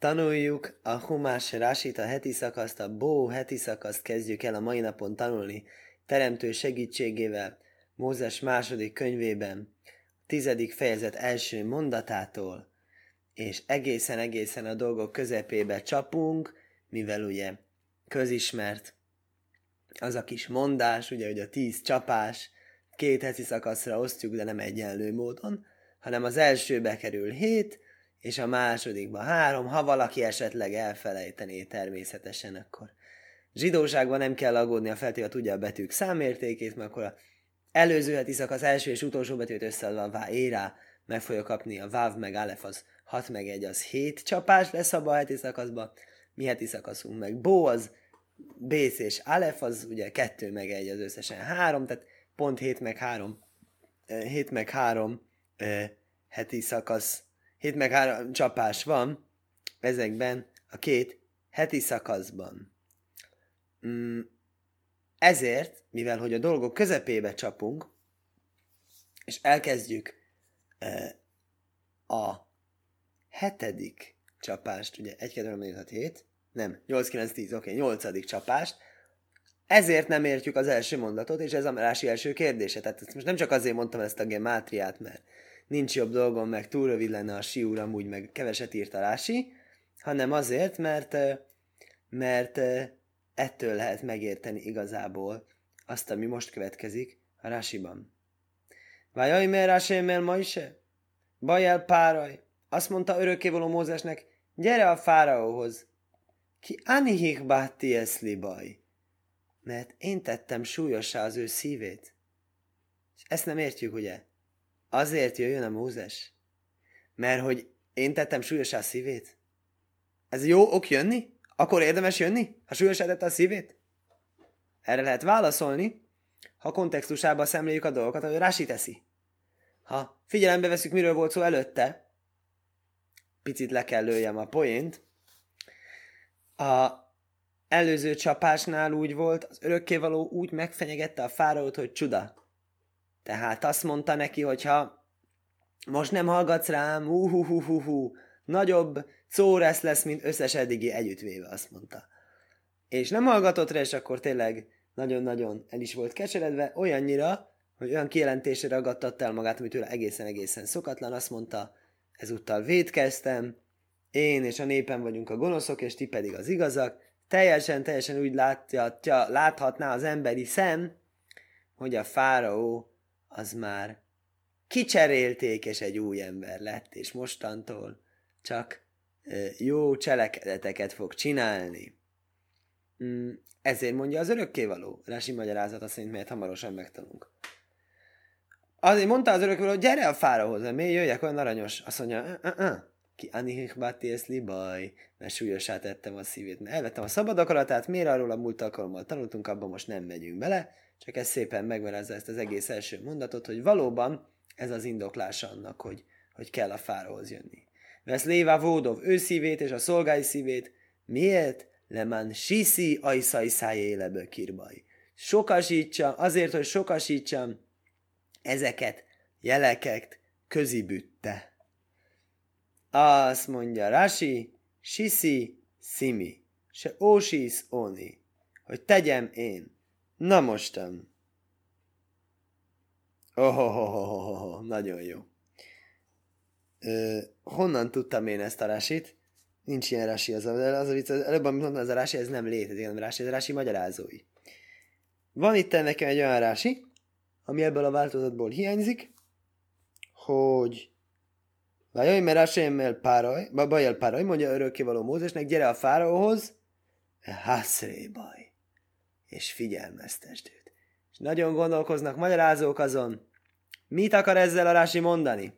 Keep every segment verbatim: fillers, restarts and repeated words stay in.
Tanuljuk a Humás Rásit, a heti szakaszt, a Bó heti szakaszt kezdjük el a mai napon tanulni. Teremtő segítségével Mózes második könyvében, tizedik fejezet első mondatától, és egészen-egészen a dolgok közepébe csapunk, mivel ugye közismert az a kis mondás, ugye, hogy a tíz csapás két heti szakaszra osztjuk, de nem egyenlő módon, hanem az elsőbe kerül hét, és a másodikba három, ha valaki esetleg elfelejtené természetesen, akkor zsidóságban nem kell aggódni, a feltéve tudja a betűk számértékét, mert akkor az előző heti szakasz első és utolsó betűt összeadva a vá érá meg fogja kapni, a váv meg alef az hat meg egy, az hét csapás lesz abban a heti szakaszban, mi heti szakaszunk meg bó az bész és alef az ugye kettő meg egy, az összesen három, tehát pont hét meg három, hét meg három eh, heti szakasz, hét meg három csapás van ezekben a két heti szakaszban. Mm, ezért, mivel hogy a dolgok közepébe csapunk, és elkezdjük eh, a hetedik csapást, ugye egy, kettő, három, négy, hat, hét, nem, nyolc, kilenc, tíz, oké, nyolcadik csapást, ezért nem értjük az első mondatot, és ez a Rási első kérdése. Tehát most nem csak azért mondtam ezt a gemátriát, mert nincs jobb dolgom, meg túl rövid lenne a siúr, amúgy meg keveset írt a Rási, hanem azért, mert, mert ettől lehet megérteni igazából azt, ami most következik a Rásiban. Vajaj, mert Rásémel ma is? Bajel páraj. Azt mondta örökkévaló Mózesnek, gyere a fáraóhoz. Ki anihik bátti eszli baj. Mert én tettem súlyossá az ő szívét. És ezt nem értjük, ugye? Azért jöjjön a Mózes. Mert hogy én tettem súlyossá a szívét? Ez jó ok jönni? Akkor érdemes jönni, ha súlyossá tette a szívét? Erre lehet válaszolni, ha kontextusába szemléljük a dolgokat, ahogy Rási teszi. Ha figyelembe veszük, miről volt szó előtte, picit le kell lőjem a poént, a előző csapásnál úgy volt, az örökkévaló úgy megfenyegette a fáraót, hogy csuda. Tehát azt mondta neki, hogyha most nem hallgatsz rám, uhuhuhuhu, nagyobb córesz lesz, mint összes eddigi együttvéve, azt mondta. És nem hallgatott rá, és akkor tényleg nagyon-nagyon el is volt keseredve, olyannyira, hogy olyan kijelentésre ragadtatta el magát, amit tőle egészen-egészen szokatlan, azt mondta, ezúttal vétkeztem, én és a népem vagyunk a gonoszok, és ti pedig az igazak, teljesen, teljesen úgy látja, láthatná az emberi szem, hogy a fáraó az már kicserélték, és egy új ember lett, és mostantól csak jó cselekedeteket fog csinálni. Ezért mondja az örökkévaló, Rási magyarázata szerint, melyet hamarosan megtanulunk. Azért mondta az örökkévaló, hogy gyere a fáraóhoz, mert miért jöjjek olyan aranyos? Azt mondja, uh-uh. Ki anihik báti eszli baj, mert súlyossá tettem a szívét, mert elvettem a szabad akaratát, miért arról a múlt alkalommal tanultunk, abban most nem megyünk bele, csak ez szépen megverázza ezt az egész első mondatot, hogy valóban ez az indoklása annak, hogy, hogy kell a fáraóhoz jönni. Vesz lévá Vódov ő szívét és a szolgái szívét, miért? Lemán sisi ajszai szájéleből kirbaj. Sokasítsa, azért, hogy sokasítsam ezeket jeleket közibütte. Azt mondja Rási, sisi, szimi, se ósis, oni, hogy tegyem én. Na mostan. Ohohohohoho, nagyon jó. Ö, honnan tudtam én ezt a Rásit? Nincs ilyen Rási, az a, az a vicc, előbb, amit mondtam, az a Rási, ez nem létezik, nem Rási, ez a Rási magyarázói. Van itt nekem egy olyan Rási, ami ebből a változatból hiányzik, hogy Vajaj, mert Rásémmel páraj, bajjal páraj, mondja örökkévaló Mózesnek, gyere a fáraóhoz, haszré baj, és figyelmeztesd őt. És nagyon gondolkoznak magyarázók azon, mit akar ezzel a Rási mondani.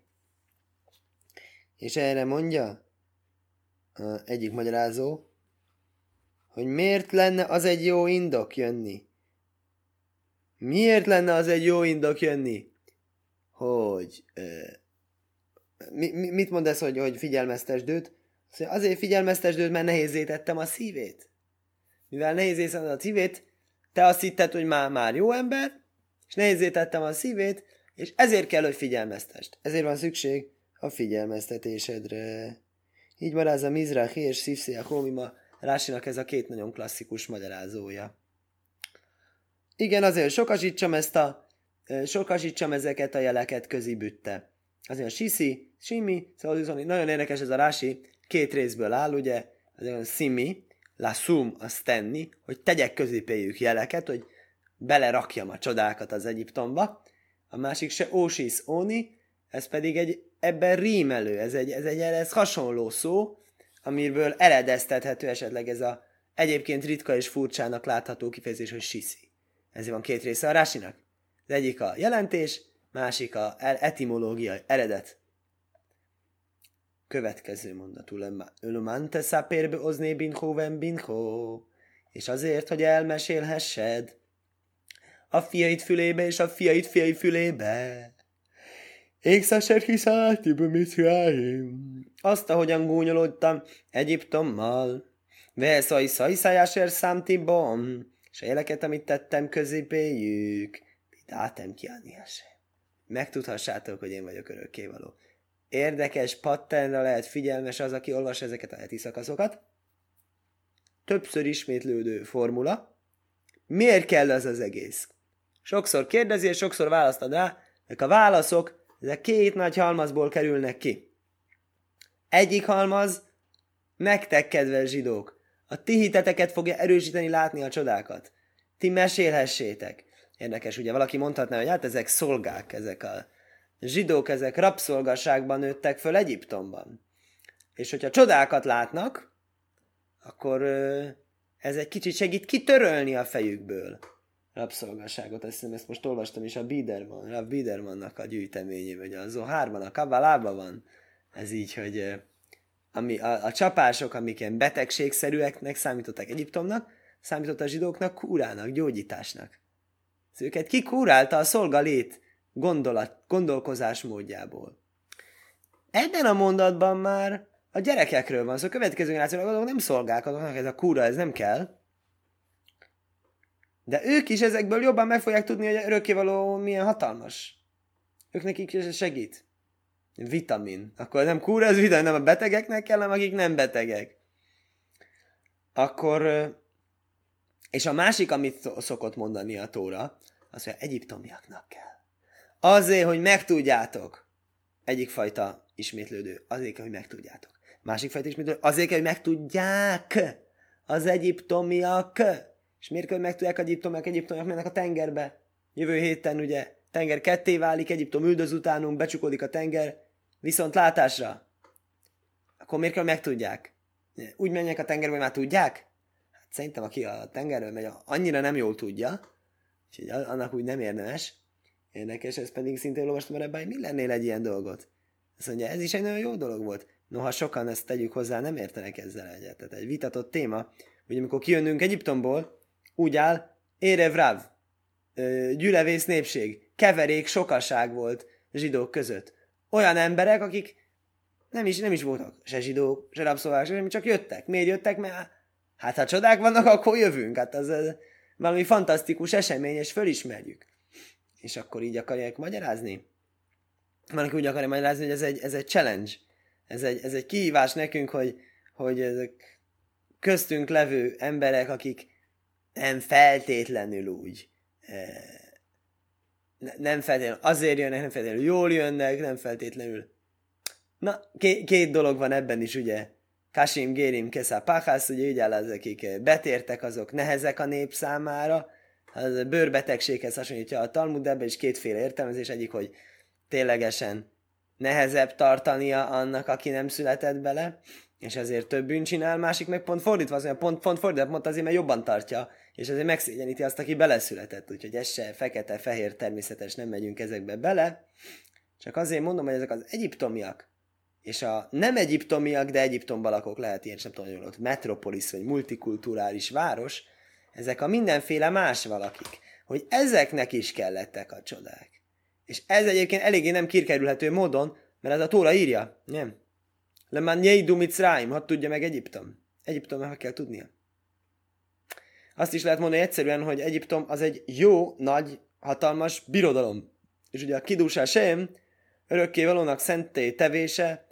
És erre mondja a egyik magyarázó, hogy miért lenne az egy jó indok jönni. Miért lenne az egy jó indok jönni, hogy... Ö, Mi, mi, mit mond ez, hogy, hogy figyelmeztesd őt? Azért figyelmeztesd őt, mert nehézé tettem a szívét. Mivel nehézé tettem a szívét, te azt hitted, hogy már, már jó ember, és nehézé tettem a szívét, és ezért kell, hogy figyelmeztesd. Ezért van szükség a figyelmeztetésedre. Így magyarázza Mizrahi és Szifszé a Hómima Rásinak ez a két nagyon klasszikus magyarázója. Igen, azért sokasítsam ezt a, sokasítsam ezeket a jeleket közibütte. Azért a sisi, simi, szóval nagyon érdekes ez a Rási, két részből áll, ugye, azért a simi, la szum, az tenni, hogy tegyek középéjük jeleket, hogy belerakjam a csodákat az Egyiptomba. A másik se ósis, óni, ez pedig egy ebben rímelő, ez egy, ez egy ez hasonló szó, amiből eredeztethető esetleg ez a egyébként ritka és furcsának látható kifejezés, hogy sisi. Ezért van két része a Rásinak. Az egyik a jelentés, másik a etimológia, eredet. Következő mondatú. Ölumante szapérbe ozné binchóven binchó. És azért, hogy elmesélhessed a fiait fülébe és a fiait fiai fülébe. Ékszasser hiszáltibe Mitzráim. Azt, ahogyan gúnyolódtam Egyiptommal. Veszaj szajszájásér számtibom. És a jeleket, amit tettem középéjük. Pidátem kiániáse. Megtudhassátok, hogy én vagyok örökkévaló. Érdekes patternra lehet figyelmes az, aki olvas ezeket a heti szakaszokat. Többször ismétlődő formula. Miért kell ez az egész? Sokszor kérdezi, és sokszor választad rá, ezek a válaszok, ezek két nagy halmazból kerülnek ki. Egyik halmaz, nektek, kedves zsidók, a ti hiteteket fogja erősíteni látni a csodákat. Ti mesélhessétek. Érdekes, ugye valaki mondhatná, hogy hát ezek szolgák, ezek a zsidók, ezek rabszolgasságban nőttek föl Egyiptomban. És hogyha csodákat látnak, akkor ez egy kicsit segít kitörölni a fejükből rabszolgasságot. Azt hiszem, ezt most olvastam is a Biderman, Rav Bidermannak a gyűjteményében, hogy a Zohárban, a Kabbalában van. Ez így, hogy ami, a, a csapások, amik ilyen betegségszerűeknek számítottak Egyiptomnak, számított a zsidóknak kúrának, gyógyításnak. Ez őket kikúrálta a szolgalét gondolat, gondolkozás módjából. Ebben a mondatban már a gyerekekről van szó. Szóval a következő generációk azok nem szolgák, azoknak ez a kúra, ez nem kell. De ők is ezekből jobban meg fogják tudni, hogy örökkévaló milyen hatalmas. Ők nekik is segít. Vitamin. Akkor nem kúra, ez vitamin, nem a betegeknek kell, hanem akik nem betegek. Akkor... És a másik, amit szokott mondani a Tóra, az, hogy egyiptomiaknak kell. Azért, hogy megtudjátok. Egyik fajta ismétlődő. Azért kell, hogy megtudjátok. Másik fajta ismétlődő. Azért kell, hogy megtudják az egyiptomiak. És miért kell, hogy megtudják az egyiptomiak? Egyiptomiak mennek a tengerbe. Jövő héten ugye tenger ketté válik, Egyiptom üldöz utánunk, becsukódik a tenger. Viszont látásra. Akkor miért kell, hogy megtudják? Úgy menjek a tengerbe, hogy már tudják? Hát szerintem, aki a tengerbe megy, annyira nem jól tudja. Úgyhogy annak úgy nem érdemes. Érdekes, ez pedig szintén olvastam ebben, hogy mi lennél egy ilyen dolgot. Azt mondja, ez is egy nagyon jó dolog volt. Noha sokan ezt tegyük hozzá, nem értenek ezzel egyet. Tehát egy vitatott téma, hogy amikor kijönnünk Egyiptomból, úgy áll, érev ráv, gyülevész népség, keverék, sokaság volt zsidók között. Olyan emberek, akik nem is, nem is voltak se zsidók, se rabszolgák, se csak jöttek. Miért jöttek? Mert hát ha csodák vannak, akkor jövünk. Hát az, az valami fantasztikus esemény, és fölismerjük. És akkor így akarják magyarázni. Van, aki úgy akarja magyarázni, hogy ez egy, ez egy challenge. Ez egy, ez egy kihívás nekünk, hogy, hogy ezek köztünk levő emberek, akik nem feltétlenül úgy, nem feltétlenül azért jönnek, nem feltétlenül jól jönnek, nem feltétlenül. Na, két, két dolog van ebben is, ugye. Kasim, Gérim, Keszá, Páhász, ugye így áll az, akik betértek, azok nehezek a nép számára. Az a bőrbetegséghez hasonlítja a Talmud, de ebben is kétféle értelmezés. Egyik, hogy ténylegesen nehezebb tartania annak, aki nem született bele, és ezért több bűn csinál, másik meg pont fordítva, az, pont, pont fordítva, pont azért, mert jobban tartja, és azért megszégyeníti azt, aki beleszületett, úgyhogy ez se fekete-fehér természetes, nem megyünk ezekbe bele. Csak azért mondom, hogy ezek az egyiptomiak, és a nem egyiptomiak, de Egyiptomban lakók, lehet ilyen, sem tudom, hogy ott metropolis, vagy multikulturális város, ezek a mindenféle más valakik, hogy ezeknek is kellettek a csodák. És ez egyébként eléggé nem kirkerülhető módon, mert ez a Tóra írja, nem? Lemán Jeidu Mitzráim, hadd tudja meg Egyiptom. Egyiptomnak meg kell tudnia. Azt is lehet mondani egyszerűen, hogy Egyiptom az egy jó, nagy, hatalmas birodalom. És ugye a Kiddush Hashem, örökkévalónak szenté tevése,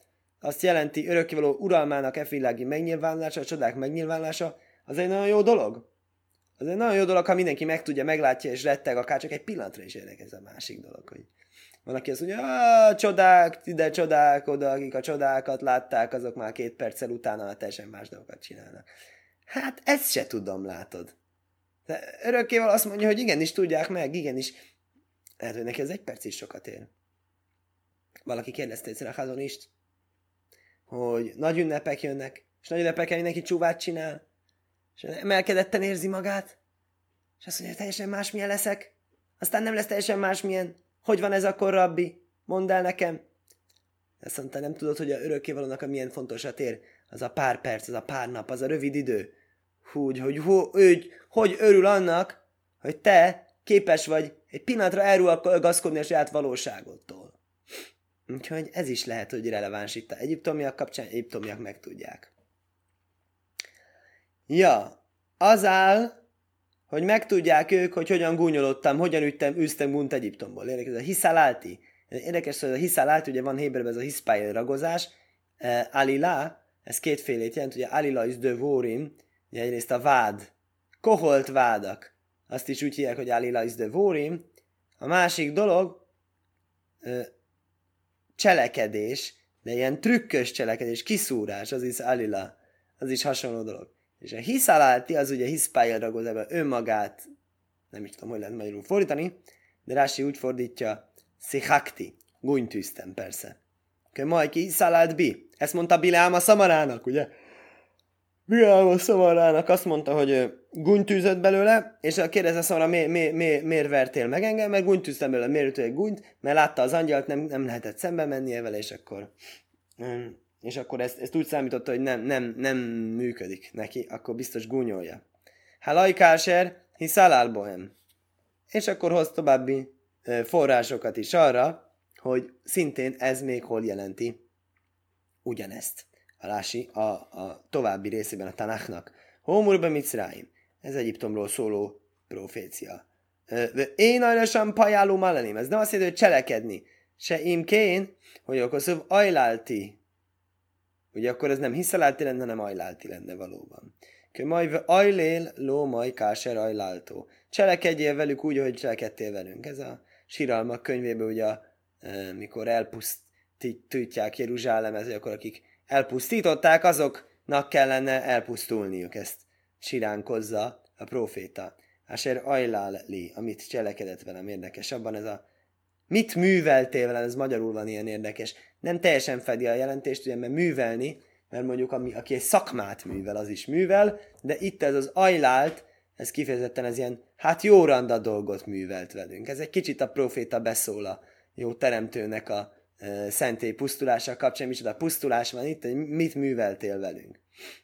azt jelenti örökkévaló uralmának e világi megnyilvánulása, a csodák megnyilvánulása, az egy nagyon jó dolog. Az egy nagyon jó dolog, ha mindenki megtudja, meglátja és retteg, akár csak egy pillanatra is érdekes ez a másik dolog, hogy van, aki azt mondja, csodák, ide csodák, oda, akik a csodákat látták, azok már két perccel utána már teljesen más dolgokat csinálnak. Hát ezt se tudom, látod. De örökkévaló azt mondja, hogy igenis tudják meg, igenis. Lehet, hogy neki ez egy perc is sokat ér. Valaki kérdezte egyszer a Hazonist, hogy nagy ünnepek jönnek, és nagy ünnepeken mindenki csúvát csinál, és emelkedetten érzi magát, és azt mondja, teljesen másmilyen leszek, aztán nem lesz teljesen másmilyen. Hogy van ez akkor, rabbi? Mondd el nekem. Azt mondta, nem tudod, hogy a örökkévalónak a milyen fontosat ér? Az a pár perc, az a pár nap, az a rövid idő. Úgy, hogy, hogy, hogy, hogy örül annak, hogy te képes vagy egy pillanatra elrugaszkodni a saját valóságodtól. Úgyhogy ez is lehet, hogy releváns itt a egyiptomiak kapcsán, egyiptomiak megtudják. Ja, az áll, hogy megtudják ők, hogy hogyan gúnyolodtam, hogyan üttem, űztem gunt Egyiptomból. Érdekes, ez a hiszálálti. Érdekes, hogy a hiszálálti, ugye van héberben ez a hiszpályai ragozás, uh, alilá, ez kétfélét jelent, ugye alila is devorim, ugye egyrészt a vád, koholt vádak, azt is úgy hívják, hogy alila is devorim. A másik dolog, uh, cselekedés, de ilyen trükkös cselekedés, kiszúrás, az is alila, az is hasonló dolog. És a hiszálálti, az ugye hiszpályai ragozásban önmagát, nem is tudom, hogy lehet magyarul fordítani, de Rási úgy fordítja, szihakti, gúnytűztem persze. Akkor majd ki hiszálált bi. Ezt mondta Bileám a szamarának, ugye? Bileám a szamarának azt mondta, hogy gúnytűzött belőle, és kérdezte a szamara, mi, mi, mi, miért vertél meg engem, mert gúnytűztem belőle, miért ütő egy gúnyt, mert látta az angyalt, nem, nem lehetett szembe mennie vele, és akkor... És akkor ezt, ezt úgy számította, hogy nem, nem, nem működik neki, akkor biztos gúnyolja. Halajkáser, hiszálál bohem. És akkor hoz további e, forrásokat is arra, hogy szintén ez még hol jelenti ugyanezt. A Rási a, a további részében a Tanachnak. Hómurbe Micráim. Ez Egyiptomról szóló profécia. Én ajrasam pajáló malenim. Ez nem azt jelenti, hogy cselekedni. Se imkén, hogy akkor szó ajlálti. Ugye akkor ez nem hiszalálti lenne, hanem ajlálti lenne valóban. Kö majd ajlél, ló majd káser ajláltó. Cselekedjél velük úgy, ahogy cselekedtél velünk. Ez a síralmak könyvében ugye, e, mikor elpusztítják Jeruzsálemet, hogy akkor akik elpusztították, azoknak kellene elpusztulniuk. Ezt siránkozza a próféta. Áser ajlál li, amit cselekedett velem, érdekes. Abban ez a mit műveltél velem, ez magyarul van ilyen érdekes. Nem teljesen fedi a jelentést, ugye, mert művelni, mert mondjuk ami, aki egy szakmát művel, az is művel, de itt ez az ajlált, ez kifejezetten ez ilyen, hát jó randa dolgot művelt velünk. Ez egy kicsit a proféta beszól a jó teremtőnek a e, szentély pusztulása kapcsán, micsoda pusztulás van itt, mit műveltél velünk.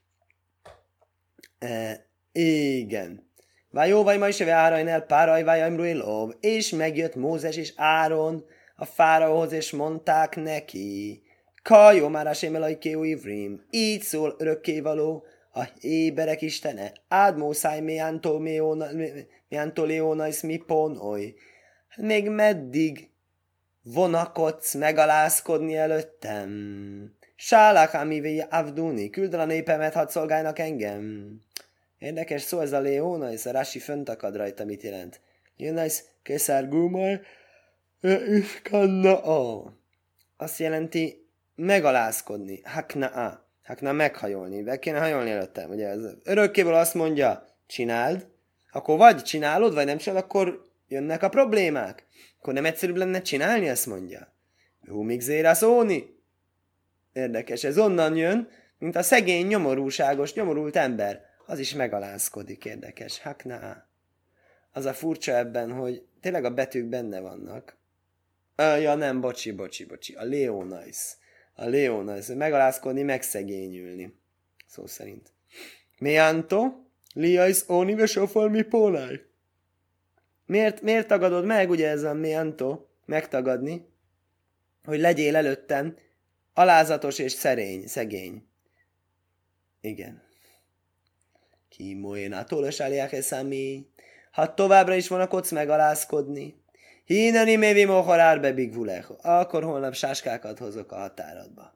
E, igen. Vájó, vaj, ma is eve Árajn el, páraj, váj, lov. És megjött Mózes és Áron a fáraóhoz, és mondták neki, Kajó, már a sémelajkéó ivrim, így szól örökkévaló a héberek istene, ádmószáj miántó miántó leónajsz mi ponoly. Még meddig vonakodsz megalázkodni előttem? Sálák amivé avduni, küld el a népemet, hadd szolgálnak engem. Érdekes szó ez a Leónajsz, a Rási föntakad rajta, mit jelent. Leónajsz, készár gumaj, és kanna a. Azt jelenti megalázkodni, hakna-a. Hakna meghajolni, be kéne hajolni előttem. Ugye az örökkévaló azt mondja, csináld, akkor vagy csinálod, vagy nem csinálod, akkor jönnek a problémák. Akkor nem egyszerűbb lenne csinálni, ezt mondja. Hú, még zérász óni. Érdekes, ez onnan jön, mint a szegény, nyomorúságos, nyomorult ember. Az is megalázkodik, érdekes. Hakna-a. Az a furcsa ebben, hogy tényleg a betűk benne vannak. Ja nem, bocsi, bocsi, bocsi. A Leónajsz. A Leónajsz. Megalázkodni, megszegényülni. Szó szerint. Mianto? Liajsz óni vesofal mi póláj? Miért, miért tagadod meg, ugye ez a mianto? Megtagadni, hogy legyél előttem alázatos és szerény, szegény. Igen. Ki moénától esáliák eszami. Ha továbbra is vonakodsz megalázkodni, híneni mévi moharár bebigvulecho. Akkor holnap sáskákat hozok a határodba.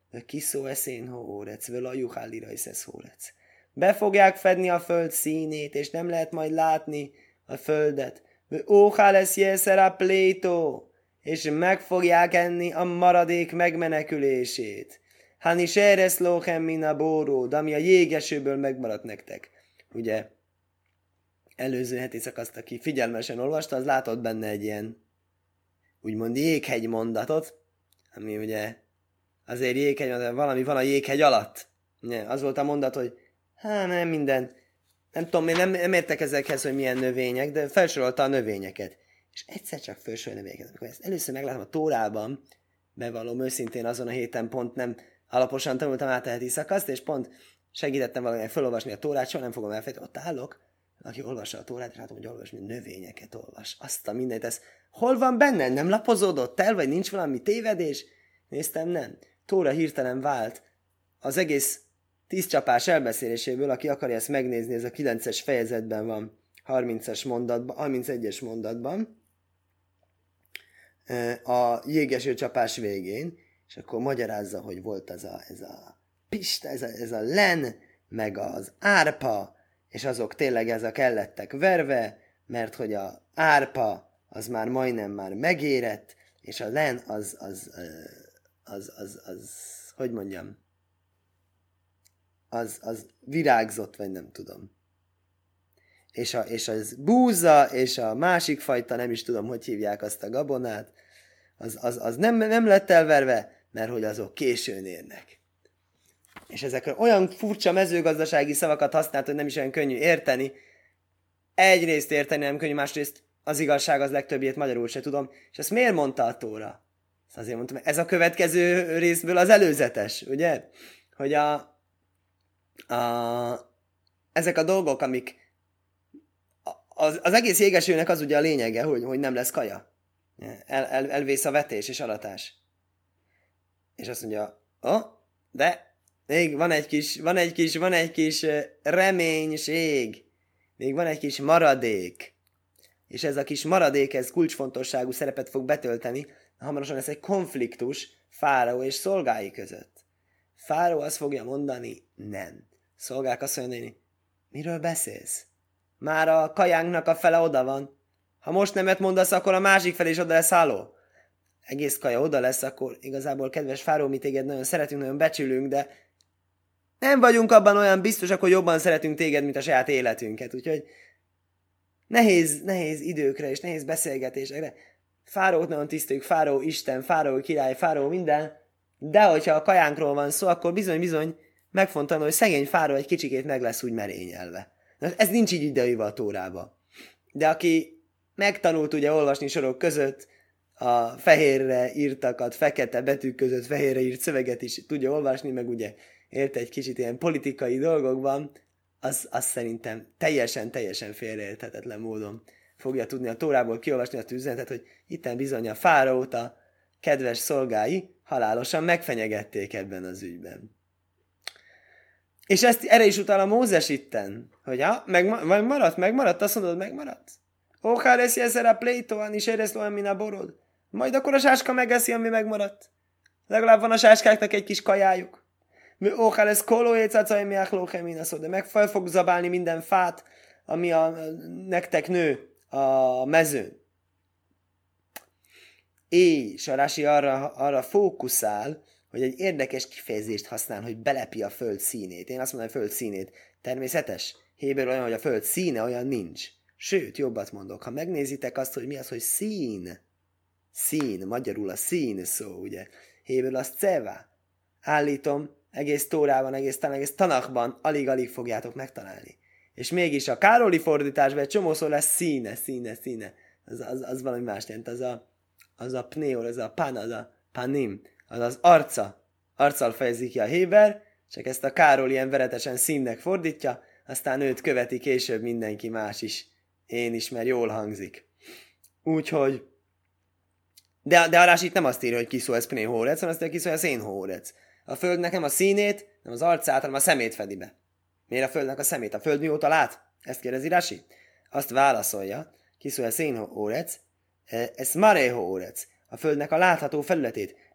kiszó eszén hórec, völa juhálira iszesz hórec. Be fogják fedni a föld színét, és nem lehet majd látni a földet. Óhá lesz jeszer plétó, és meg fogják enni a maradék megmenekülését. Hani seresz lóchem min a bóród, ami a jégesőből megmaradt nektek. Ugye, előző heti szakaszt, aki figyelmesen olvasta, az látott benne egy ilyen, úgymond jéghegy mondatot, ami ugye azért jéghegy, valami van a jéghegy alatt. Ugye, az volt a mondat, hogy hát nem minden, nem tudom, én nem, nem értek ezekhez, hogy milyen növények, de felsorolta a növényeket. És egyszer csak felsorolja a növényeket. Amikor ezt először meglátom a Tórában, bevallom őszintén azon a héten pont nem alaposan tanultam át a heti szakaszt, és pont segítettem valaminek felolvasni a Tórát, soha nem fogom elfelejteni, ott állok, aki olvassa a Tórát, és látom, hogy olvasni növényeket olvas. Azt a mindent, ez hol van benne? Nem lapozódott el, vagy nincs valami tévedés? Néztem, nem. Tóra hirtelen vált az egész tíz csapás elbeszéléséből, aki akarja ezt megnézni, ez a kilences fejezetben van, harmincas mondatban, harmincegyes mondatban, a jégeső csapás végén, és akkor magyarázza, hogy volt ez a, ez a pista, ez a, ez a len, meg az árpa, és azok tényleg ezek el lettek verve, mert hogy a árpa az már majdnem már megérett, és a len az, az, az, az, az, az hogy mondjam, az, az virágzott, vagy nem tudom. És, a, és az búza, és a másik fajta, nem is tudom, hogy hívják azt a gabonát, az, az, az nem, nem lett elverve, mert hogy azok későn érnek. És ezekre olyan furcsa mezőgazdasági szavakat használt, hogy nem is olyan könnyű érteni. Egyrészt érteni nem könnyű, másrészt az igazság az legtöbbjét magyarul se tudom. És ezt miért mondta a Tóra? Ezt azért mondtam, ez a következő részből az előzetes, ugye? Hogy a, a ezek a dolgok, amik az, az egész jégesőnek az ugye a lényege, hogy, hogy nem lesz kaja. El, el, elvész a vetés és aratás. És azt mondja, oh, de még van egy kis, van egy kis, van egy kis reménység. Még van egy kis maradék. És ez a kis maradék, ez kulcsfontosságú szerepet fog betölteni. Hamarosan lesz egy konfliktus Fáraó és szolgái között. Fáraó azt fogja mondani, nem. Szolgák azt mondani, miről beszélsz? Már a kajánknak a fele oda van. Ha most nemet mondasz, akkor a másik fel is oda lesz, háló. Egész kaja oda lesz, akkor igazából, kedves Fáraó, mi téged nagyon szeretünk, nagyon becsülünk, de nem vagyunk abban olyan biztosak, hogy jobban szeretünk téged, mint a saját életünket. Úgyhogy nehéz, nehéz időkre és nehéz beszélgetésekre. Fáraót nagyon tiszteljük, Fáraó Isten, Fáraó király, Fáraó minden, de hogyha a kajánkról van szó, akkor bizony-bizony megfontolom, hogy szegény Fáraó egy kicsikét meg lesz úgy merényelve. Ez nincs így ideíva a Tórába. De aki megtanult ugye olvasni sorok között, a fehérre írtakat, fekete betűk között fehérre írt szöveget is tudja olvasni, meg ugye érte egy kicsit ilyen politikai dolgokban, az, az szerintem teljesen, teljesen félreérthetetlen módon fogja tudni a Tórából kiolvasni a üzenetet, hogy itten bizony a Fáraót a kedves szolgái halálosan megfenyegették ebben az ügyben. És ezt, erre is utal a Mózes itten, hogy ha, megmaradt, megmaradt, azt mondod, megmaradt. Óhá lesz jeszer a plétóan, és érez olyan, mint a borod. Majd akkor a sáska megeszi, ami megmaradt. Legalább van a sáskáknak egy kis kajájuk. Mi óhá lesz kolóécacaj miáklókemina szó, de meg fel fog zabálni minden fát, ami a, nektek nő a mezőn. És a Rási arra, arra fókuszál, hogy egy érdekes kifejezést használ, hogy belepi a föld színét. Én azt mondom, hogy a föld színét. Természetes. Héberül olyan, hogy a föld színe, olyan nincs. Sőt, jobbat mondok, ha megnézitek azt, hogy mi az, hogy szín. Szín, magyarul a szín szó, ugye. Héberül az ceva. Állítom, egész Tórában, egész, talán egész Tanakban alig-alig fogjátok megtalálni. És mégis a Károli fordításban egy csomószor lesz színe, színe, színe. Az, az, az valami más jelent. Az a, az a pneor, az a pan, az a panim, az az arca. Arccal fejezi ki a Héber, csak ezt a Károl ilyen veretesen színnek fordítja, aztán őt követi később mindenki más is. Én is, mert jól hangzik. Úgyhogy, de, de a Rási itt nem azt írja, hogy kiszó ez pné hórec, hanem azt írja, kiszó ez én hórec. A földnek nem a színét, nem az arcát, hanem a szemét fedi be. Miért a földnek a szemét? A föld mióta lát? Ezt kérdezi Rási. Azt válaszolja, kiszó ez én hórec, ez maré hórec. A földnek a látható felületét.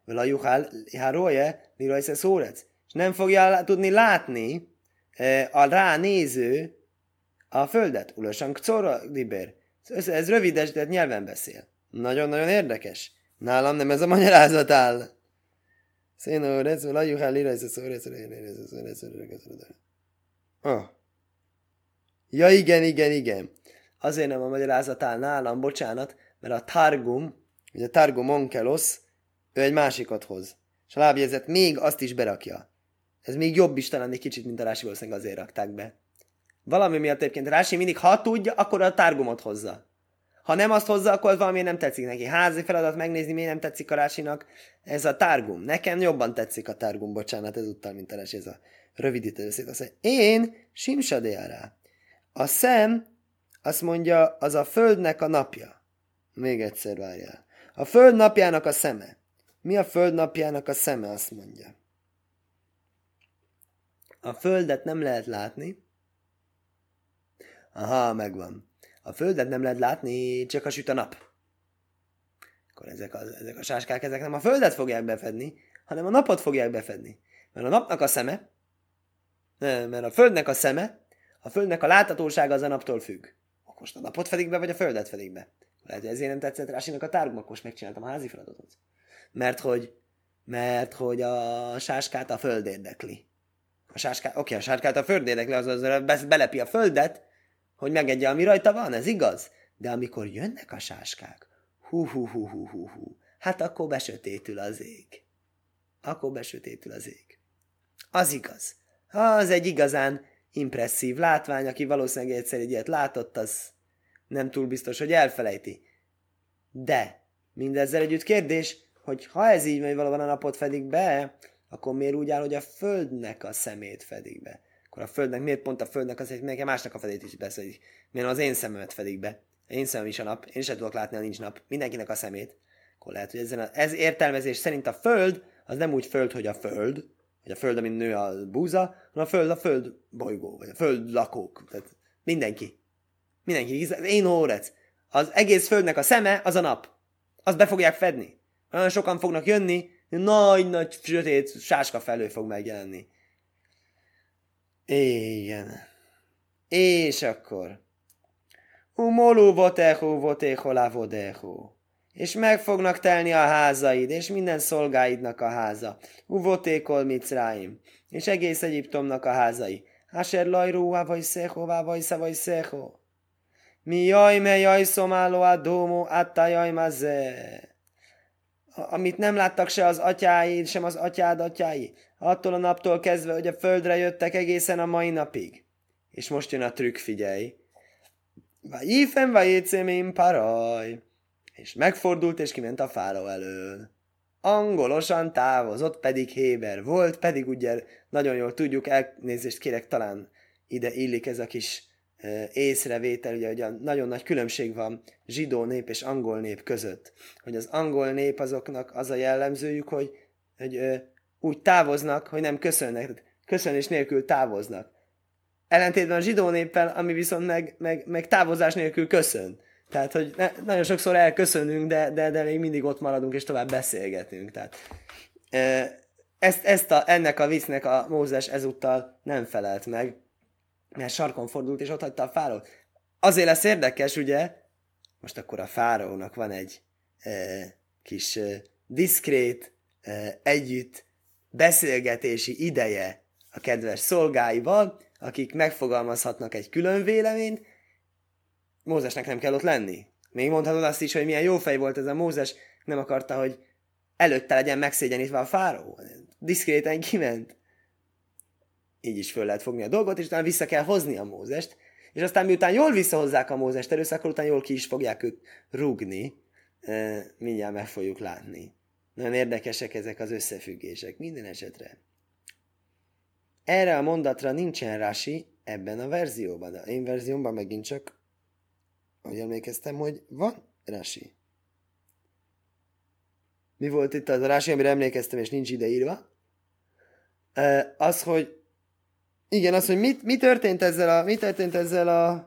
vele juhál, háróje, lirajsze szórec. És nem fogja tudni látni a ránéző a földet. Ulosan kcora liber. Ez rövides, de nyelven beszél. Nagyon-nagyon érdekes. Nálam nem ez a magyarázat áll. Szénórec, vele juhál, lirajsze szórec, lirajsze szórec, lirajsze szórec. Ah. Ja, igen, igen, igen. Azért nem a magyarázat áll nálam, bocsánat, mert a Targum, ugye a Targum Onkelos, ő egy másikat hoz. És a lábjegyzet még azt is berakja. Ez még jobb is talán egy kicsit, mint a Rási, valószínűleg azért rakták be. Valami miatt egyébként Rási mindig, ha tudja, akkor a Targumot hozza. Ha nem azt hozza, akkor valami nem tetszik neki. Házi feladat megnézni, miért nem tetszik a Rásinak. Ez a Targum. Nekem jobban tetszik a Targum, bocsánat, ezúttal, mint a Rási, ez a rövidítő szét. Azt mondja, én simsadéjára. A szem, azt mondja, az a földnek a napja. Még egyszer várjál. A föld napjának a szeme. Mi a föld napjának a szeme, azt mondja. A földet nem lehet látni. Aha, megvan. A földet nem lehet látni, csak a süt a nap. Akkor ezek a, ezek a sáskák, ezek nem a földet fogják befedni, hanem a napot fogják befedni. Mert a napnak a szeme, nem, mert a földnek a szeme, a földnek a láthatósága az a naptól függ. Akkor most a napot fedik be, vagy a földet fedik be? Lehet, hogy ezért nem tetszett Rásinak a Targum, akkor most megcsináltam a házi feladatot. Mert hogy, mert hogy a sáskát a föld érdekli. A sáskát, oké, a sáskát a föld érdekli, azaz belepi a földet, hogy megegye, ami rajta van, ez igaz. De amikor jönnek a sáskák, hú, hú, hú, hú, hú, hú, hát akkor besötétül az ég. Akkor besötétül az ég. Az igaz. Az egy igazán impresszív látvány, aki valószínűleg egyszer egy ilyet látott, az nem túl biztos, hogy elfelejti. De mindezzel együtt kérdés, hogy ha ez így van, valóban a napot fedik be, akkor miért úgy áll, hogy a földnek a szemét fedik be? Akkor a földnek, miért pont a földnek az, hogy nekem másnak a fedét is beszélik? Miért az én szememet fedik be? Én szemem is a nap, én sem tudok látni, ha nincs nap. Mindenkinek a szemét. Akkor lehet, hogy ezen a, ez értelmezés szerint a föld, az nem úgy föld, hogy a föld, hogy a föld, amin nő a búza, hanem a föld a föld bolygó, vagy a föld lakók. Tehát mindenki. Mindenki. Én órec. Az egész földnek a szeme, az a nap. Azt be fogják fedni. Olyan sokan fognak jönni, nagy-nagy sötét sáska felől fog megjelenni. Igen. És akkor. Umolú votechu votechu lavodechu. És meg fognak telni a házaid, és minden szolgáidnak a háza. Uvotékol Micráim. És egész Egyiptomnak a házai. Haser lajrú, vagy szého, vagy szavaj szého. Mi jaj, me jaj, szomáló a dómó, átta jaj, mazze. Amit nem láttak se az atyáid, sem az atyád atyái. Attól a naptól kezdve, hogy a földre jöttek egészen a mai napig. És most jön a trükk, figyelj. Vajifem, vajécémém paraj. És megfordult, és kiment a fáraó elől. Angolosan távozott, pedig héber volt, pedig ugye nagyon jól tudjuk, elnézést kérek, talán ide illik ez a kis e, észrevétel, ugye, hogy nagyon nagy különbség van zsidó nép és angol nép között. Hogy az angol nép azoknak az a jellemzőjük, hogy, hogy e, úgy távoznak, hogy nem köszönnek, köszönés nélkül távoznak. Ellentétben a zsidó néppel, ami viszont meg, meg, meg távozás nélkül köszön. Tehát, hogy ne, nagyon sokszor elköszönünk, de, de, de még mindig ott maradunk, és tovább beszélgetünk. Tehát, e, ezt, ezt a, ennek a viccnek a Mózes ezúttal nem felelt meg, mert sarkon fordult, és ott hagyta a fáraót. Azért lesz érdekes, ugye, most akkor a fáraónak van egy e, kis e, diszkrét e, együtt beszélgetési ideje a kedves szolgáival, akik megfogalmazhatnak egy külön véleményt. Mózesnek nem kell ott lenni. Még mondhatod azt is, hogy milyen jó fej volt ez a Mózes, nem akarta, hogy előtte legyen megszégyenítve a fáraó. Diszkréten kiment. Így is föl lehet fogni a dolgot, és utána vissza kell hozni a Mózest, és aztán miután jól visszahozzák a Mózest először, akkor utána jól ki is fogják őt rúgni. E, mindjárt meg fogjuk látni. Nagyon érdekesek ezek az összefüggések, minden esetre. Erre a mondatra nincsen rási ebben a verzióban, de én verziómban megint csak, ahogy emlékeztem, hogy van rási. Mi volt itt az a rási, amire emlékeztem, és nincs ide írva? E, az, hogy igen, az, hogy mit, mi történt ezzel a, mi történt ezzel a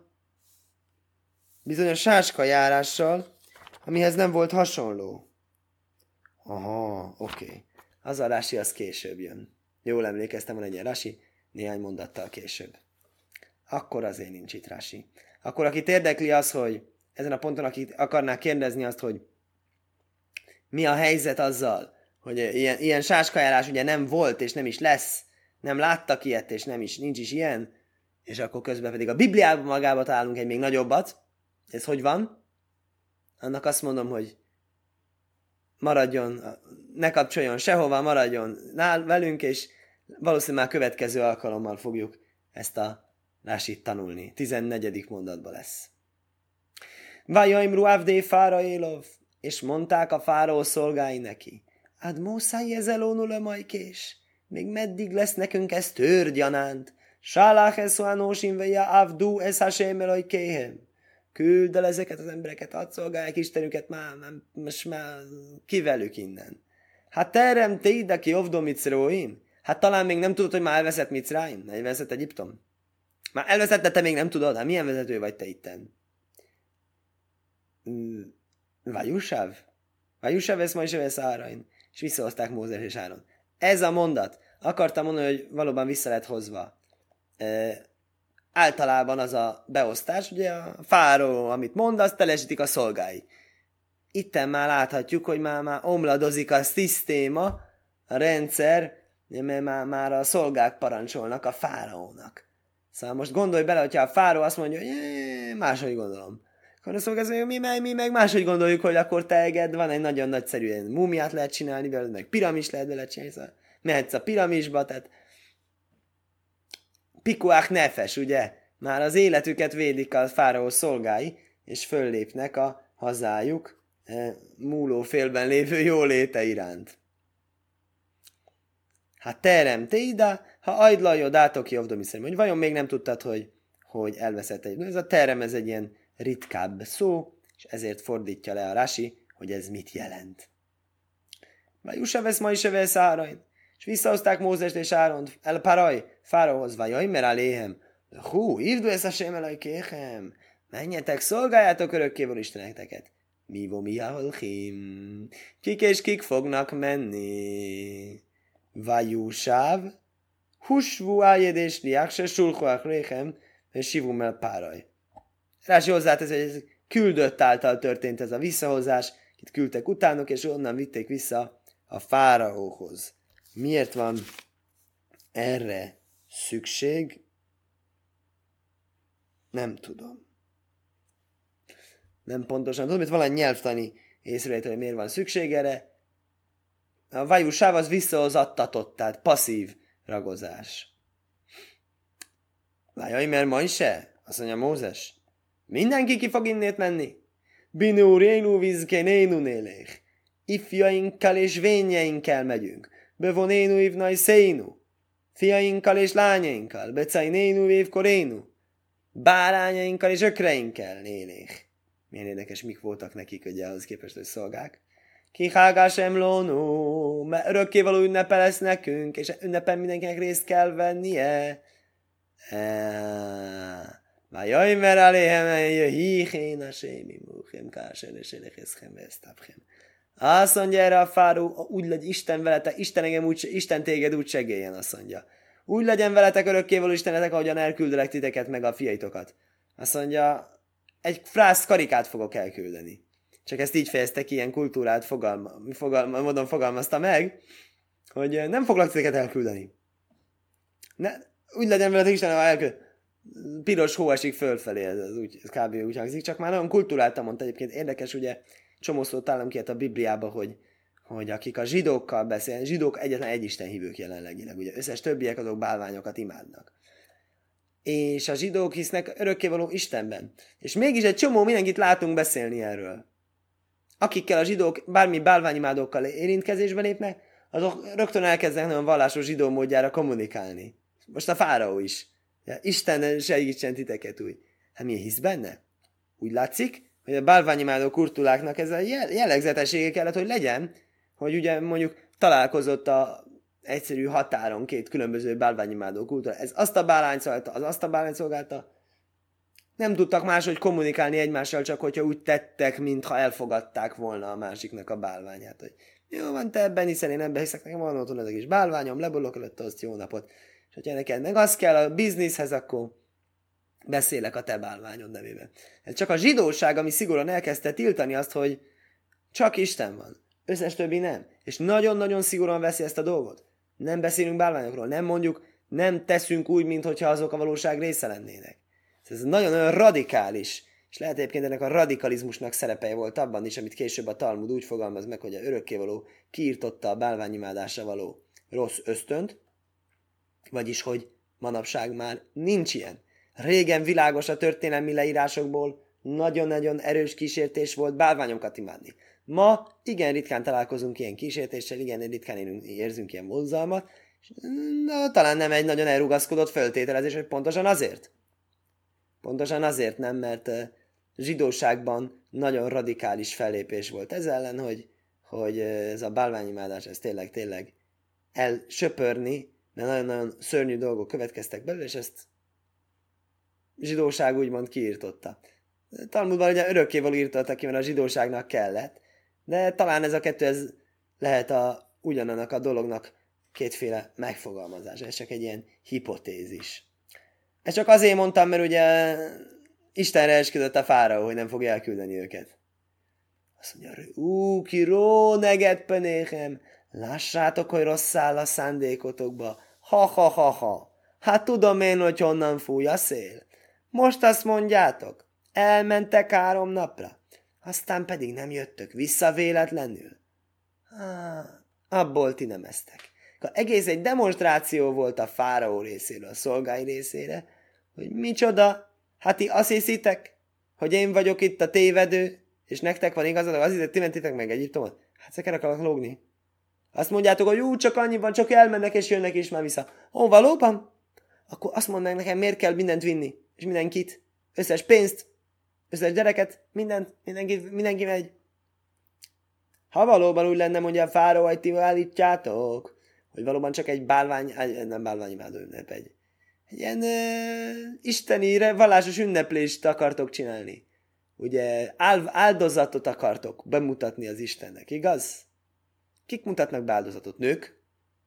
bizonyos sáska járással, amihez nem volt hasonló. Aha, oké. Okay. Az a Rasi, az később jön. Jól emlékeztem, van egy ilyen Rasi, néhány mondattal később. Akkor azért nincs itt Rasi. Akkor akit érdekli az, hogy ezen a ponton, akit akarná kérdezni azt, hogy mi a helyzet azzal, hogy ilyen, ilyen sáskajálás ugye nem volt, és nem is lesz, nem láttak ilyet, és nem is, nincs is ilyen, és akkor közben pedig a Bibliában magába találunk egy még nagyobbat. Ez hogy van? Annak azt mondom, hogy maradjon, ne kapcsoljon sehova, maradjon nál velünk, és valószínűleg már következő alkalommal fogjuk ezt a Rásit tanulni. tizennegyedik mondatban lesz. Vajaimru avdé fára élov, és mondták a fáraó szolgái neki. Ad Mószai ezelónu le majkés, még meddig lesz nekünk ez törgyanánt? Sálách eszvánósin veja avdú ez hasém elajkéhem. Küld el ezeket az embereket, hadd szolgálják Istenüket, már, már, most már kivelük innen. Hát terem te ide ki ovdó micróim? Hát talán még nem tudod, hogy már elveszett Micráim? Elveszett Egyiptom? Már elveszett, de te még nem tudod? Hát milyen vezető vagy te itten? Vajusáv? Vajusáv ez ma is vesz Árain. És visszahozták Mózes és Áron. Ez a mondat. Akartam mondani, hogy valóban vissza lett hozva. E, általában az a beosztás, ugye a fáraó, amit mond, azt teljesítik a szolgái. Itten már láthatjuk, hogy már, már omladozik a szisztéma, a rendszer, mert már, már a szolgák parancsolnak a fáraónak. Szóval most gondolj bele, hogyha a fáraó azt mondja, hogy máshogy gondolom. Akkor azt mondja, hogy mi meg, mi meg máshogy gondoljuk, hogy akkor te eged, van egy nagyon nagyszerű múmiát lehet csinálni belőle, meg piramis lehet belőle csinálni, szóval mehetsz a piramisba, tehát pikuák nefes, ugye? Már az életüket védik a fáraó szolgái, és föllépnek a hazájuk e, múló félben lévő jóléte iránt. Hát terem te ide, ha ajdlajod átok jovdomiszerem, hogy vajon még nem tudtad, hogy, hogy elveszett egy. Ez a terem, ez egy ilyen ritkább szó, és ezért fordítja le a Rasi, hogy ez mit jelent. Vajusá vesz ma is a vesz Árain, és visszahozták Mózest és Áront el Paraj, fáraóhoz, vajaj, mert aléhem. Hú, írdu ezt a sémelaj kéhem. Menjetek, szolgáljátok örökkévaló isteneteket. Mi vomi aholchim. Kik és kik fognak menni. Vajusáv, husvu ájedés liák, se sulchoak réhem, és sivum el Paraj. Rási hozzátesz, hogy ez küldött által történt ez a visszahozás, itt küldtek utánok, és onnan vitték vissza a fáraóhoz. Miért van erre szükség? Nem tudom. Nem pontosan tudom, hogy valami nyelvtani észrevétel, hogy miért van szükség erre. A vajusáv az visszahozattatott, tehát passzív ragozás. Lájaj, mert ma is se? Azt mondja Mózes. Mindenki ki fog innét menni? Binúr énú vizkénénú nélék. Ifjainkkal és vényeinkkel megyünk. Bevonénú ivnaj szénú. Fiainkkal és lányainkkal. Becajnénú vévkorénú. Bárányainkkal és ökreinkkel nélék. Milyen érdekes, mik voltak nekik, ugye, ahhoz képest, hogy szolgák. Kihágás emlónú, mert örökkévaló ünnepe lesz nekünk, és ünnepen mindenkinek részt kell vennie. Vajaj, mert aléhem, híhén a sémi múhém, kásel és élekészhem, vesztábhem. Azt mondja erre a fáró, úgy legy Isten veletek, Isten, engem úgy, Isten téged úgy segéljen, azt mondja. Úgy legyen veletek örökkévaló istenetek, ahogyan elküldelek titeket meg a fiaitokat. Azt mondja, egy frász karikát fogok elküldeni. Csak ezt így fejezte ki, ilyen kultúrát fogalma, fogalma, módon fogalmazta meg, hogy nem foglak titeket elküldeni. Ne, úgy legyen veletek Isten, ha elküld. Piros hó esik fölfelé, ez, ez, úgy, ez kb. Úgy hangzik, csak már nagyon kultúráltan mondta egyébként. Érdekes, ugye, csomószor találom ki a Bibliába, hogy, hogy akik a zsidókkal beszélnek, zsidók egyetlen egy Isten hívők jelenlegileg, ugye összes többiek azok bálványokat imádnak. És a zsidók hisznek örökkévaló Istenben. És mégis egy csomó mindenkit látunk beszélni erről. Akikkel a zsidók bármi bálványimádókkal érintkezésbe lépnek, azok rögtön elkezdenek nagyon vallásos zsidó módjára kommunikálni. Most a fáraó is. Ja, Isten segítsen titeket úgy. Hát mi hisz benne? Úgy látszik, hogy a bálványimádó kurtuláknak ez a jellegzetessége kellett, hogy legyen, hogy ugye mondjuk találkozott a egyszerű határon két különböző bálványimádó kultúra. Ez azt a bálványt szolgálta, az azt a bálványt szolgálta. Nem tudtak máshogy kommunikálni egymással, csak hogyha úgy tettek, mintha elfogadták volna a másiknak a bálványát. Hogy Jó van, te ebben hiszel, én ebben hiszek, nekem van otthon ez a kis bálványom, lebolok előtte azt, jó napot. És hogyha neked meg az kell a bizniszhez, akkor beszélek a te bálványod nevében. Ez csak a zsidóság, ami szigorúan elkezdte tiltani azt, hogy csak Isten van. Összes többi nem. És nagyon-nagyon szigorúan veszi ezt a dolgot. Nem beszélünk bálványokról, nem mondjuk, nem teszünk úgy, mintha azok a valóság része lennének. Ez nagyon-nagyon radikális. És lehet egyébként ennek a radikalizmusnak szerepe volt abban is, amit később a Talmud úgy fogalmaz meg, hogy a örökkévaló kiirtotta a bálványimádásra való rossz ösztönt, vagyis, hogy manapság már nincs ilyen. Régen világos a történelmi leírásokból, nagyon-nagyon erős kísértés volt bálványokat imádni. Ma igen ritkán találkozunk ilyen kísértéssel, igen ritkán érzünk ilyen vonzalmat, és na, talán nem egy nagyon elrugaszkodott föltételezés, hogy pontosan azért. Pontosan azért nem, mert zsidóságban nagyon radikális fellépés volt ez ellen, hogy, hogy ez a bálványimádás, ez tényleg, tényleg elsöpörni, mert nagyon-nagyon szörnyű dolgok következtek belőle, és ezt zsidóság úgymond kiírtotta. Talmudban ugye örökkévaló írtotta ki, mert a zsidóságnak kellett, de talán ez a kettő ez lehet a, ugyanannak a dolognak kétféle megfogalmazása, ez csak egy ilyen hipotézis. Ezt csak azért mondtam, mert ugye Istenre esküdött a fáraó, hogy nem fogja elküldeni őket. Azt mondja, ú, ki ró neged penéhem, lássátok, hogy rossz áll a szándékotokba. Ha, ha, ha, ha. Hát tudom én, hogy honnan fúj a szél. Most azt mondjátok, elmentek három napra, aztán pedig nem jöttök vissza véletlenül. Há, abból ti nem eztek. Egész egy demonstráció volt a fáraó részéről, a szolgái részére, hogy micsoda, hát ti azt hiszitek, hogy én vagyok itt a tévedő, és nektek van igazatok, az hogy ti mentitek meg Egyiptomot? Hát szeker akarok lógni. Azt mondjátok, hogy ú, csak annyi van, csak elmennek és jönnek és már vissza. Ó, valóban? Akkor azt mondd meg nekem, miért kell mindent vinni, és mindenkit, összes pénzt, összes gyereket, mindent, mindenki, mindenki megy. Ha valóban úgy lenne, mondja a fáraó, hogy ti állítjátok, hogy valóban csak egy bálvány, nem bálványimádó ünnep, egy, egy ilyen uh, isteni vallásos ünneplést akartok csinálni. Ugye áldozatot akartok bemutatni az Istennek, igaz? Kik mutatnak be áldozatot? Nők?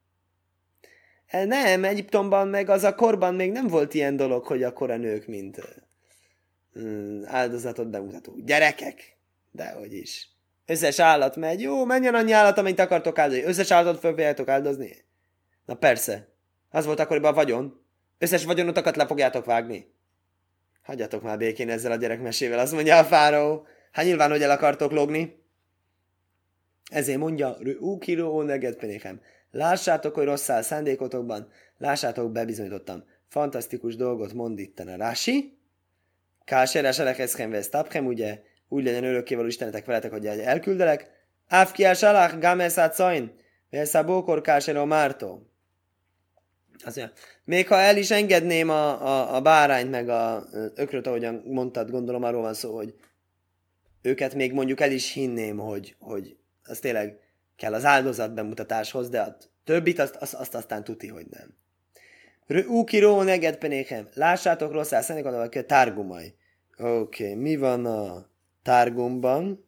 Nem, Egyiptomban meg az a korban még nem volt ilyen dolog, hogy akkor a nők mint uh, áldozatot bemutató. Gyerekek? Dehogy is. Összes állat megy. Jó, menjen annyi állat, amit akartok áldozni. Összes állatot fel fogjátok áldozni? Na persze. Az volt akkoriban a vagyon. Összes vagyonotokat le fogjátok vágni. Hagyjatok már békén ezzel a gyerekmesével, azt mondja a fáraó. Hát nyilván, hogy el akartok logni. Ezért mondja, Rüúkiró neged penéhem. Lássátok, hogy rossz áll szándékotokban. Lássátok, bebizonyítottam. Fantasztikus dolgot mond itten a Rási. Káseres elekeszkem vesz taphem, ugye? Úgy legyen örökkévaló Istenetek veletek, hogy elküldelek. Áfki a salach gameszát szain, vesz a bókor kásero mártó. Azt mondja, még ha el is engedném a, a, a bárányt, meg a ökröt, ahogyan mondtad, gondolom arról van szó, hogy őket még mondjuk el is hinném, hogy, hogy az tényleg kell az áldozat bemutatáshoz, de a többit azt, azt, azt aztán tuti, hogy nem. Rüúkiró neged penéhem. Lássátok rossz áll szándékotokban, tárgumaj. Oké, okay, mi van a tárgumban?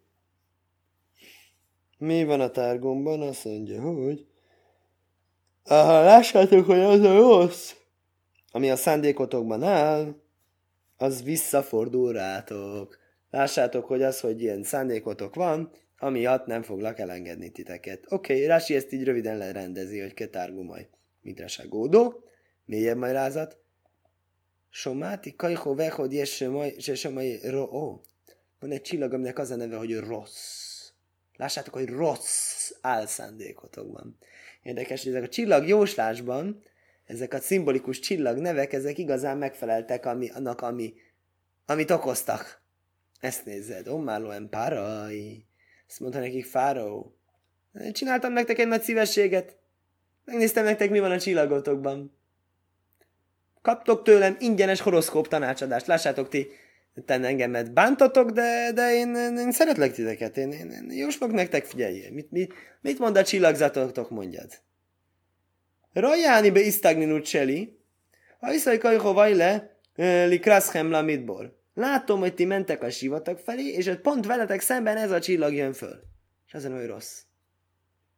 Mi van a tárgumban? Azt mondja, hogy aha, lássátok, hogy az a rossz, ami a szándékotokban áll, az visszafordul rátok. Lássátok, hogy az, hogy ilyen szándékotok van, amiatt nem foglak elengedni titeket. Oké, okay, Rási ezt így röviden lerendezi, hogy ketárgumaj. Midrasa gódó, mélyebb magyarázat. Somáti kajhó vechod se somai ro. Van egy csillag, aminek az a neve, hogy rossz. Lássátok, hogy rossz álszándékotokban. Érdekes, hogy ezek a csillag jóslásban, ezek a szimbolikus csillag nevek, ezek igazán megfeleltek ami, annak, ami, amit okoztak. Ezt nézzed, ommáló empárai. Ezt mondta nekik fáraó. Csináltam nektek egy nagy szívességet. Megnéztem nektek, mi van a csillagotokban. Kaptok tőlem ingyenes horoszkóp tanácsadást. Lássátok ti, te engemet bántatok, de, de én, én szeretlek titeket. Én, én, én jóslok nektek, figyelj. Mit, mit, mit mond a csillagzatotok, mondjad? Rajáni be isztagni nucseli. Ha iszai kajho vajle li kraszhem lamidból. Látom, hogy ti mentek a sivatag felé, és ott pont veletek szemben ez a csillag jön föl. És azon, hogy rossz.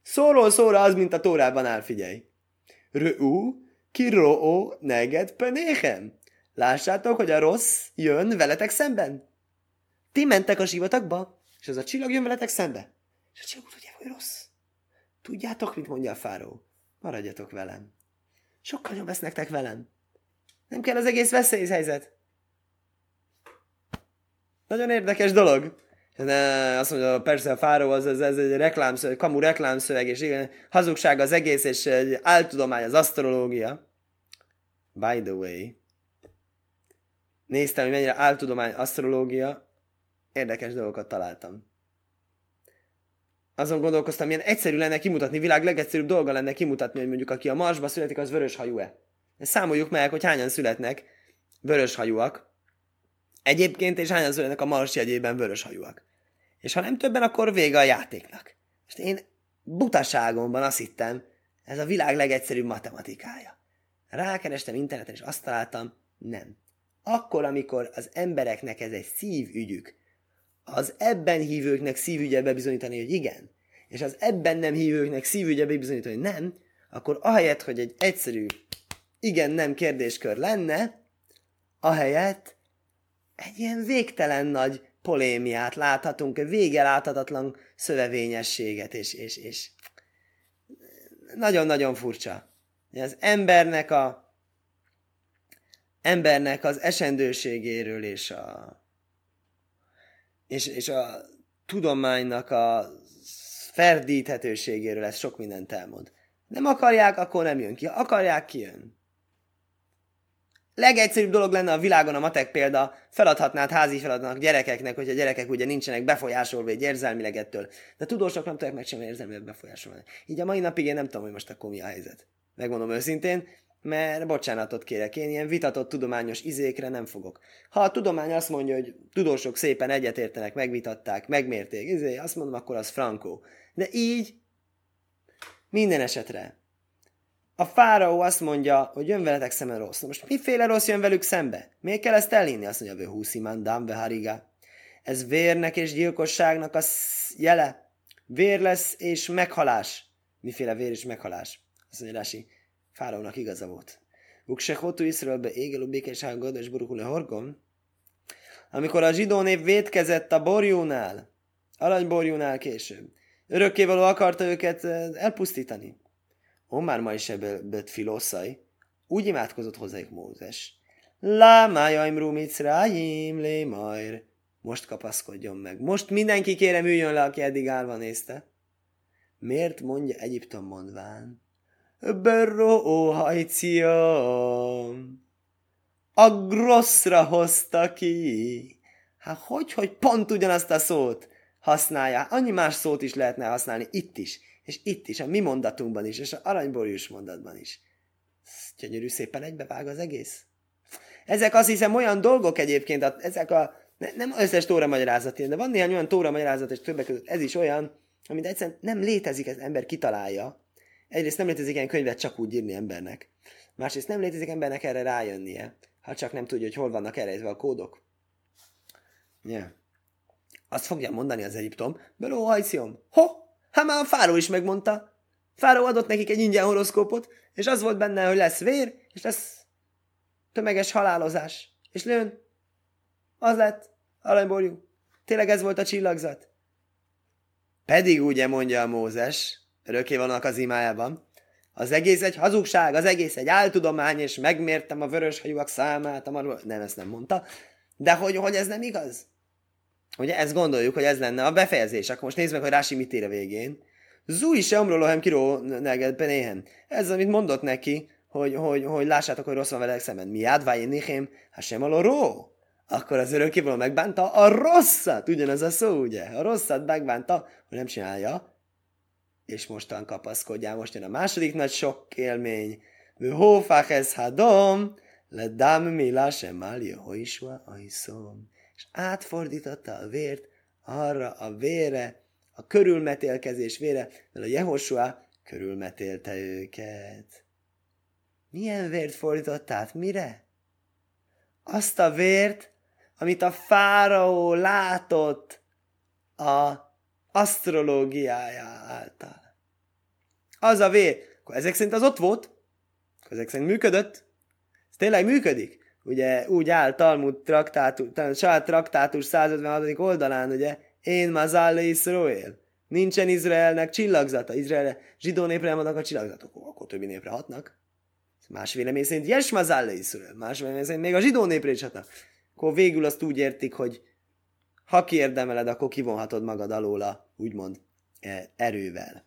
Szóról szóra az, mint a Tórában áll, figyelj. Röú, kiró, neged penéhem. Lássátok, hogy a rossz jön veletek szemben. Ti mentek a sivatagba, és az a csillag jön veletek szembe. És a csillag tudja, hogy rossz. Tudjátok, mit mondja a fáraó? Maradjatok velem. Sokkal jobb lesz nektek velem. Nem kell az egész veszélyhelyzet. Nagyon érdekes dolog. Ne, azt mondja, persze a fáraó az, az, az egy reklámszöveg, kamu reklámszöveg, és igen, hazugság az egész, és egy áltudomány az asztrológia. By the way, néztem, hogy mennyire áltudomány, asztrológia, érdekes dolgokat találtam. Azon gondolkoztam, milyen egyszerű lenne kimutatni, világ legegyszerűbb dolga lenne kimutatni, hogy mondjuk aki a Marsba születik, az vörös hajú-e. Számoljuk meg, hogy hányan születnek vörös hajúak. Egyébként, és hányan születnek a Mars jegyében vörös hajúak. És ha nem többen, akkor vége a játéknak. És én butaságomban azt hittem, ez a világ legegyszerűbb matematikája. Rákerestem interneten, és azt találtam, nem. Akkor, amikor az embereknek ez egy szívügyük, az ebben hívőknek szívügye bebizonyítani, hogy igen, és az ebben nem hívőknek szívügye bebizonyítani, hogy nem, akkor ahelyett, hogy egy egyszerű igen-nem kérdéskör lenne, ahelyett egy ilyen végtelen nagy polémiát láthatunk, egy vége láthatatlan szövevényességet, és, és, és nagyon-nagyon furcsa. Az embernek a embernek az esendőségéről és a és, és a tudománynak a ferdíthetőségéről ez sok mindent elmond. Nem akarják, akkor nem jön ki. Ha akarják, kijön. Legegyszerűbb dolog lenne a világon a matek példa, feladhatnád házi feladatnak gyerekeknek, hogy a gyerekek ugye nincsenek befolyásolva egy érzelmileg ettől. De tudósok nem tudják meg sem érzelmileg befolyásolni. Így a mai napig én nem tudom, hogy most akkor mi a helyzet. Megmondom őszintén, mert bocsánatot kérek, én ilyen vitatott tudományos izékre nem fogok. Ha a tudomány azt mondja, hogy tudósok szépen egyetértenek, megvitatták, megmérték, izé, azt mondom, akkor az frankó. De így minden esetre a fáraó azt mondja, hogy jön veletek szemben rossz. Na most miféle rossz jön velük szembe? Miért kell ezt elhinni? Azt mondja, hogy húszimán dámbe hariga. Ez vérnek és gyilkosságnak a jele. Vér lesz és meghalás. Miféle vér és meghalás? Azt mondja, Rási, fáraónak igaza volt. Ukse hotu Iszraelbe égelő békésságod és burukule horgom. Amikor a zsidó nép vétkezett a borjúnál, aranyborjúnál később, örökkévaló akarta őket elpusztítani. Omár ma is ebből filoszai, úgy imádkozott hozzájuk Mózes. Lámájaim rumicrájim lé majr. Most kapaszkodjon meg. Most mindenki kérem üljön le, aki eddig állva nézte. Miért mondja Egyiptom mondván? Berro óhajciam. A grosszra hozta ki. Hát hogy, hogy pont ugyanazt a szót használja. Annyi más szót is lehetne használni itt is. És itt is, a mi mondatunkban is, és a aranyborjús mondatban is. Gyönyörű szépen egybevág az egész. Ezek azt hiszem olyan dolgok egyébként, ezek a, ne, nem összes tóra magyarázat, de van néhány olyan tóra magyarázat, és többek között ez is olyan, amit egyszerűen nem létezik, ez ember kitalálja. Egyrészt nem létezik ilyen könyvet csak úgy írni embernek. Másrészt nem létezik embernek erre rájönnie, ha csak nem tudja, hogy hol vannak elrejtve a kódok. Yeah. Azt fogja mondani az Egyiptom, beló hajszjom, ho! Hát már a fáraó is megmondta. Fáraó adott nekik egy ingyen horoszkópot, és az volt benne, hogy lesz vér, és lesz tömeges halálozás. És lőn, az lett aranyborjú. Tényleg ez volt a csillagzat. Pedig ugye mondja a Mózes, örökké vannak az imájában, az egész egy hazugság, az egész egy áltudomány, és megmértem a vöröshajúak számát, a marul... Nem, ezt nem mondta. De hogy, hogy ez nem igaz? Ugye ezt gondoljuk, hogy ez lenne a befejezés. Akkor most nézd meg, hogy Rási mit ír a végén. Zúj se omrolohem kiró neged penéhen. Ez, amit mondott neki, hogy, hogy, hogy lássátok, hogy rossz van velek szemben. Mi ádvájén néhém, ha sem aloró. Akkor az örökkévaló megbánta a rosszat. Ugyanaz a szó, ugye? A rosszat megbánta, hogy nem csinálja. És mostan kapaszkodjál. Most jön a második nagy sok élmény. Hófák ez hadom, le dám mi lásem álja, hoisva aiszom. És átfordította a vért arra a vére, a körülmetélkezés vére, mert a Jehoshua körülmetélte őket. Milyen vért fordított át? Mire? Azt a vért, amit a fáraó látott a asztrológiája által. Az a vér. Akkor ezek szerint az ott volt. Akkor ezek szerint működött. Ez tényleg működik. Ugye úgy áll Talmud traktátus, saját traktátus százötvenhatodik oldalán, ugye, én Mazálle Iszrael. Nincsen Izraelnek csillagzata. Izraelre, zsidó népre nem vannak a csillagzatok. Ó, akkor többi népre hatnak. Más vélemény szerint Jes Mazálle Iszrael. Más vélemény szerint még a zsidó népre is hatnak. Akkor végül azt úgy értik, hogy ha kiérdemeled, akkor kivonhatod magad alóla, úgymond erővel.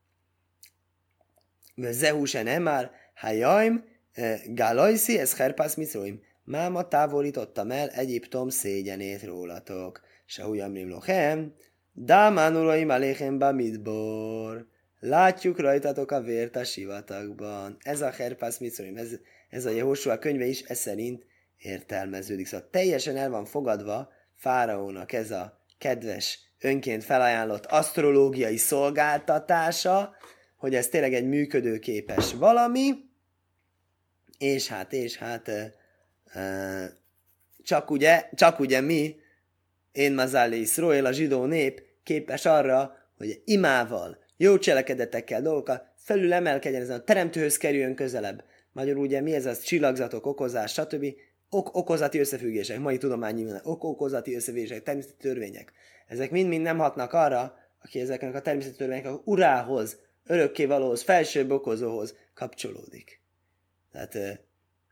Zehúsen emár, hajaim, galajszi, ez herpász miszroim. Máma távolítottam el Egyiptom szégyenét rólatok. Se hujamrim lochem, dámán uraim aléchem bamidbor. Látjuk rajtatok a vért a sivatagban. Ez a herpász miszroim, ez, ez a Jehósua könyve is ez szerint értelmeződik. Szóval teljesen el van fogadva Fáraónak ez a kedves, önként felajánlott asztrológiai szolgáltatása, hogy ez tényleg egy működőképes valami, és hát, és hát e, e, csak, ugye, csak ugye mi, én Mazálé Iszrael, a zsidó nép képes arra, hogy imával, jó cselekedetekkel, dolgokkal felül emelkedjen, ezen a teremtőhöz kerüljön közelebb. Magyarul ugye mi ez az csillagzatok, okozás, stb. Ok- okozati összefüggések, mai tudományi ok-okozati összefüggések, természeti törvények. Ezek mind-mind nem hatnak arra, aki ezeknek a természeti törvények a urához, örökkévalóhoz, felsőbb okozóhoz kapcsolódik. Tehát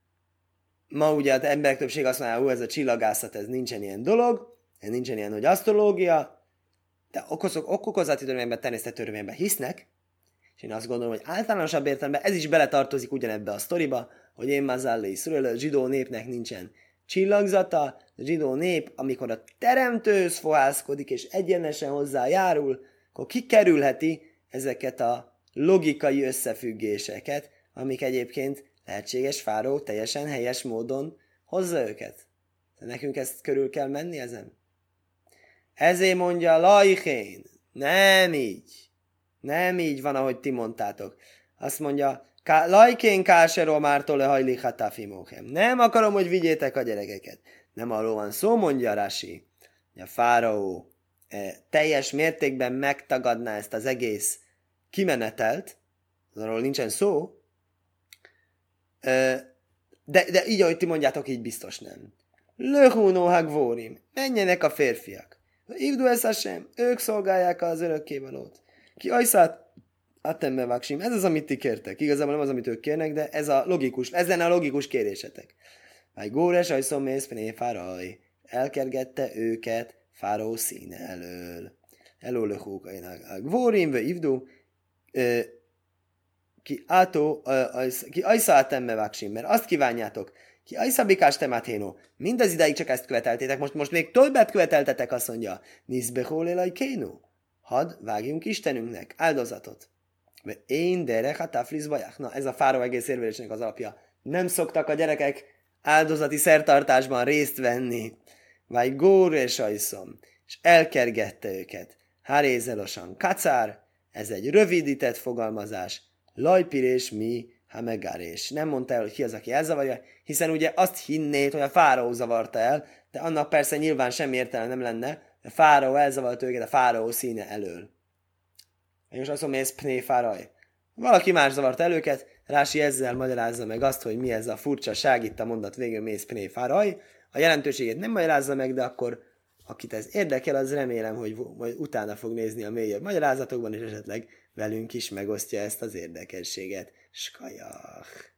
ma ugye az emberek többség azt mondja, hogy ez a csillagászat, ez nincsen ilyen dolog, ez nincsen ilyen, hogy asztrológia, de okozok, ok-okozati törvényben, természeti törvényben hisznek, és én azt gondolom, hogy általánosabb értelemben ez is beletartozik ugyanebbe a sztoriba, hogy én Mazállé Iszrael, a zsidó népnek nincsen csillagzata, a zsidó nép, amikor a teremtőhöz fohászkodik, és egyenesen hozzájárul, akkor kikerülheti ezeket a logikai összefüggéseket, amik egyébként lehetséges Fáraó teljesen helyes módon hozza őket. De nekünk ezt körül kell menni ezen. Ezért mondja Lajkén, nem így. Nem így van, ahogy ti mondtátok. Azt mondja, Lajkén káseró mártól lehajli hatafimóhem. Nem akarom, hogy vigyétek a gyerekeket. Nem arról van szó, mondja Rasi. A Fáraó e, teljes mértékben megtagadná ezt az egész kimenetelt, arról nincsen szó, e, de, de így, ahogy ti mondjátok, így biztos nem. Löhúnó hagvórim, menjenek a férfiak. Ivdu ez sem, ők szolgálják az örökkévalót. Ki ajszát, attembe vaksim. Ez az, amit ti kértek. Igazából nem az, amit ők kérnek, de ez a logikus, ez lenne a logikus kérésetek. Vagy góres ajszom mészpené Fáraj. Elkergette őket Fáraó színe elől. Elólöhúkainak. Gvórim, vagy ivdu, ki átó, ki ajszá attembe vaksim, mert azt kívánjátok, ki ajszá bikás temáténó. Mindaz ideig csak ezt követeltétek, most, most még többet követeltetek, azt mondja. Niszbehólélaj kénó. Hadd vágjunk Istenünknek áldozatot. Mert én derek a tafliz bajach. Na, ez a Fáraó egész érvelésének az alapja. Nem szoktak a gyerekek áldozati szertartásban részt venni. Vagy góre sajszom. És elkergette őket. Hárézelosan kacár. Ez egy rövidített fogalmazás. Lajpirés mi hamegárés. Nem mondta el, hogy ki az, aki elzavarja, hiszen ugye azt hinnéd, hogy a Fáraó zavarta el, de annak persze nyilván semmi értelme nem lenne, a Fáraó elzavart őket a Fáraó színe elől. Most azt mondom, hogy ez pné Fáraj. Valaki más zavart el őket, Rási ezzel magyarázza meg azt, hogy mi ez a furcsaság itt a mondat végül mész pné Fáraj. A jelentőségét nem magyarázza meg, de akkor akit ez érdekel, az remélem, hogy majd utána fog nézni a mélyebb magyarázatokban, és esetleg velünk is megosztja ezt az érdekességet. Skajach!